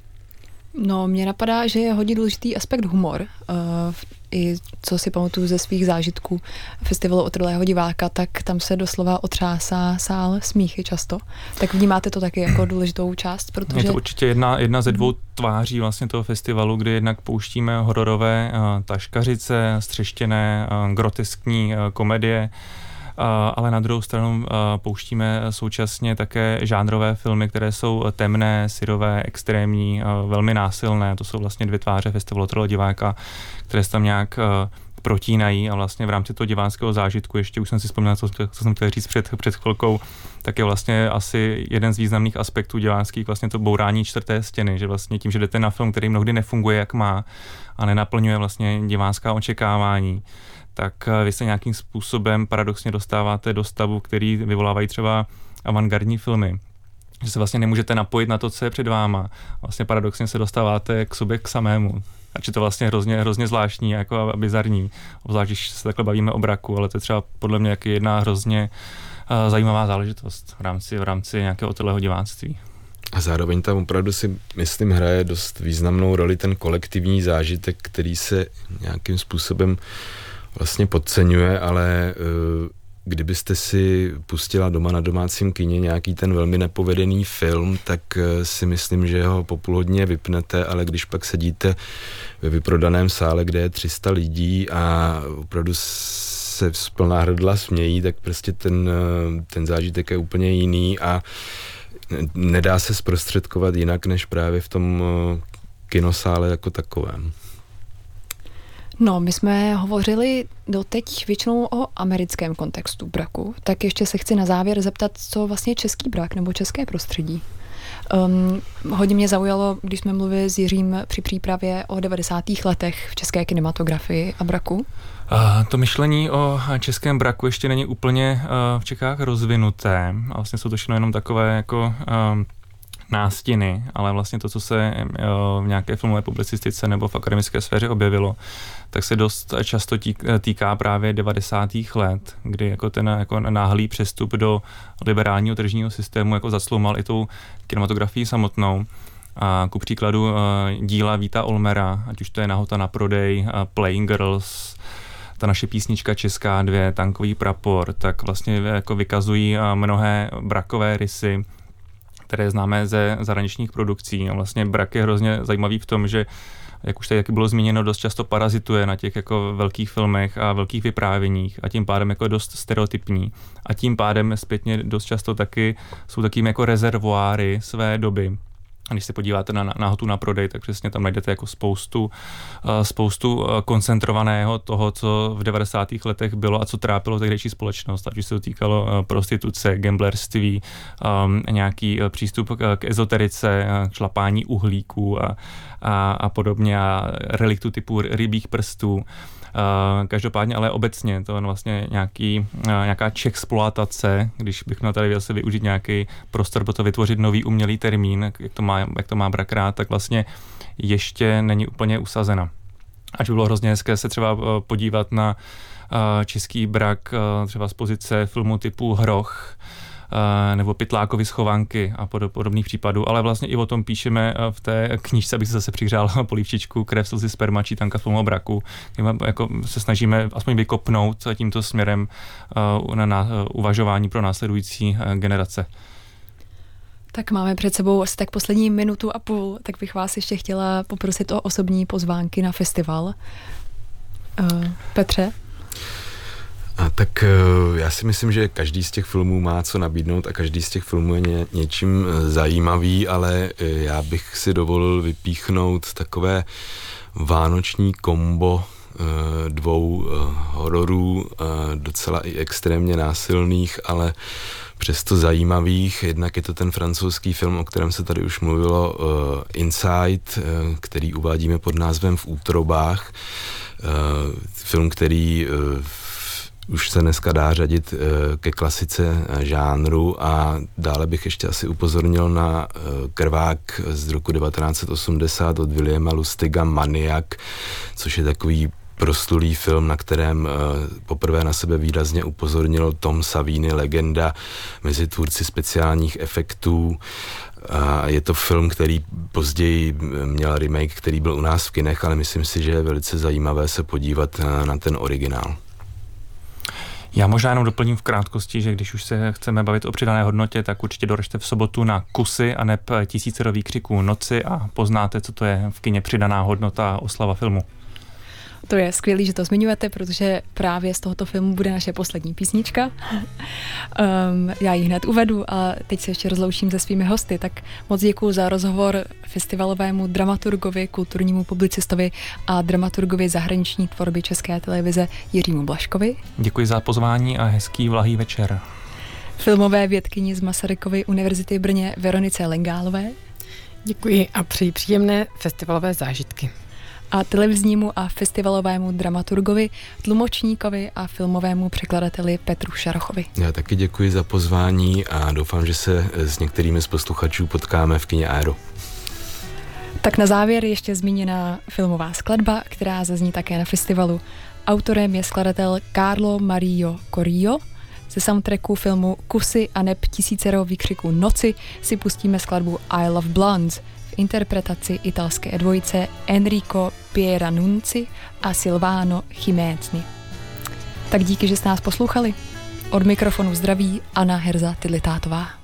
Speaker 1: No, mně napadá, že je hodně důležitý aspekt humor. Uh, I co si pamatuju ze svých zážitků festivalu Otrlého diváka, tak tam se doslova otřásá sál smíchy často. Tak vnímáte to taky jako důležitou část, protože...
Speaker 2: Je to určitě jedna, jedna ze dvou tváří vlastně toho festivalu, kdy jednak pouštíme hororové uh, taškařice, střeštěné, uh, groteskní uh, komedie, Uh, ale na druhou stranu uh, pouštíme současně také žánrové filmy, které jsou temné, syrové, extrémní, uh, velmi násilné. To jsou vlastně dvě tváře festivalu Otrlého diváka, které se tam nějak uh, protínají a vlastně v rámci toho diváckého zážitku, ještě už jsem si vzpomněl, co, co jsem chtěl říct před, před chvilkou, tak je vlastně asi jeden z významných aspektů diváckých vlastně to bourání čtvrté stěny, že vlastně tím, že jdete na film, který mnohdy nefunguje jak má a nenaplňuje vlastně divácká očekávání, tak vy se nějakým způsobem paradoxně dostáváte do stavu, který vyvolávají třeba avantgardní filmy. Že se vlastně nemůžete napojit na to, co je před váma. Vlastně paradoxně se dostáváte k sobě k samému. Ač je to vlastně hrozně, hrozně zvláštní jako a bizarní. Obzvlášť, když se takhle bavíme o braku, ale to je třeba podle mě jedna hrozně uh, zajímavá záležitost v rámci, v rámci nějakého otrlého diváctví.
Speaker 3: A zároveň tam opravdu si, myslím, hraje dost významnou roli ten kolektivní zážitek, který se nějakým způsobem vlastně podceňuje, ale uh, kdybyste si pustila doma na domácím kině nějaký ten velmi nepovedený film, tak uh, si myslím, že ho po půl hodině vypnete, ale když pak sedíte ve vyprodaném sále, kde je tři sta lidí a opravdu se z plná hrdla smějí, tak prostě ten, uh, ten zážitek je úplně jiný a nedá se zprostředkovat jinak, než právě v tom uh, kinosále jako takovém.
Speaker 1: No, my jsme hovořili doteď většinou o americkém kontextu braku, tak ještě se chci na závěr zeptat, co vlastně je český brak nebo české prostředí. Um, hodně mě zaujalo, když jsme mluvili s Jiřím při přípravě o devadesátých letech v české kinematografii a braku.
Speaker 2: Uh, to myšlení o českém braku ještě není úplně uh, v Čechách rozvinuté. A vlastně jsou to všechno jenom takové jako um, nástiny, ale vlastně to, co se uh, v nějaké filmové publicistice nebo v akademické sféře objevilo, tak se dost často týká právě devadesátých let, kdy jako ten jako náhlý přestup do liberálního tržního systému jako zacloumal i tou kinematografií samotnou. A ku příkladu uh, díla Víta Olmera, ať už to je Nahota na prodej, uh, Playing Girls, ta naše písnička Česká dvě, Tankový prapor, tak vlastně jako vykazují uh, mnohé brakové rysy, které známe ze zahraničních produkcí. A vlastně brak je hrozně zajímavý v tom, že jak už tady taky bylo zmíněno, dost často parazituje na těch jako velkých filmech a velkých vyprávěních a tím pádem jako dost stereotypní. A tím pádem zpětně dost často taky jsou takými jako rezervoáry své doby. A když se podíváte na Nahotu na prodej, tak přesně tam najdete jako spoustu, spoustu koncentrovaného toho, co v devadesátých letech bylo a co trápilo tehdejší společnost. Ať už se to týkalo prostituce, gamblerství, nějaký přístup k ezoterice, k šlapání uhlíků a, a, a podobně a reliktu typu rybích prstů. Uh, každopádně ale obecně to je vlastně nějaký, uh, nějaká čexploatace, když bych měl tady zase využít nějaký prostor pro to vytvořit nový umělý termín, jak to má, jak to má brak rád, tak vlastně ještě není úplně usazena. Ať by bylo hrozně hezké se třeba uh, podívat na uh, český brak uh, třeba z pozice filmu typu Hroch, nebo Pytlákovy schovanky a podobných případů, ale vlastně i o tom píšeme v té knížce, abych se zase přihřál polívčičku Krev, slzy, sperma, čítanka filmu o braku. Jako se snažíme aspoň vykopnout tímto směrem na, na uvažování pro následující generace.
Speaker 1: Tak máme před sebou asi tak poslední minutu a půl, tak bych vás ještě chtěla poprosit o osobní pozvánky na festival. Petře?
Speaker 3: A tak já si myslím, že každý z těch filmů má co nabídnout a každý z těch filmů je ně, něčím zajímavý, ale já bych si dovolil vypíchnout takové vánoční kombo dvou hororů, docela i extrémně násilných, ale přesto zajímavých. Jednak je to ten francouzský film, o kterém se tady už mluvilo, Inside, který uvádíme pod názvem V útrobách. Film, který už se dneska dá řadit ke klasice žánru, a dále bych ještě asi upozornil na Krvák z roku devatenáct set osmdesát od Williama Lustiga, Maniak, což je takový proslulý film, na kterém poprvé na sebe výrazně upozornil Tom Savini, legenda mezi tvůrci speciálních efektů. A je to film, který později měl remake, který byl u nás v kinech, ale myslím si, že je velice zajímavé se podívat na, na ten originál.
Speaker 2: Já možná jenom doplním v krátkosti, že když už se chceme bavit o přidané hodnotě, tak určitě doražte v sobotu na Kusy a neb Tisícero výkřiků noci a poznáte, co to je v kině přidaná hodnota a oslava filmu.
Speaker 1: To je skvělý, že to zmiňujete, protože právě z tohoto filmu bude naše poslední písnička. Um, já ji hned uvedu a teď se ještě rozloučím se svými hosty. Tak moc děkuji za rozhovor festivalovému dramaturgovi, kulturnímu publicistovi a dramaturgovi zahraniční tvorby České televize Jiřímu Blažkovi.
Speaker 2: Děkuji za pozvání a hezký vlahý večer.
Speaker 1: Filmové vědkyni z Masarykovy univerzity v Brně Veronice Lengálové.
Speaker 4: Děkuji a přeji příjemné festivalové zážitky.
Speaker 1: A televiznímu a festivalovému dramaturgovi, tlumočníkovi a filmovému překladateli Petru Šarochovi.
Speaker 3: Já taky děkuji za pozvání a doufám, že se s některými z posluchačů potkáme v kině Aero.
Speaker 1: Tak na závěr ještě zmíněná filmová skladba, která zazní také na festivalu. Autorem je skladatel Carlo Mario Corio. Ze soundtracku filmu Kusy a neb Tisícero výkřiků noci si pustíme skladbu I Love Blondes v interpretaci italské dvojice Enrico Pieranunzi a Silvano Chimécni. Tak díky, že jste nás poslouchali. Od mikrofonu zdraví Anna Herza Tydlitátová.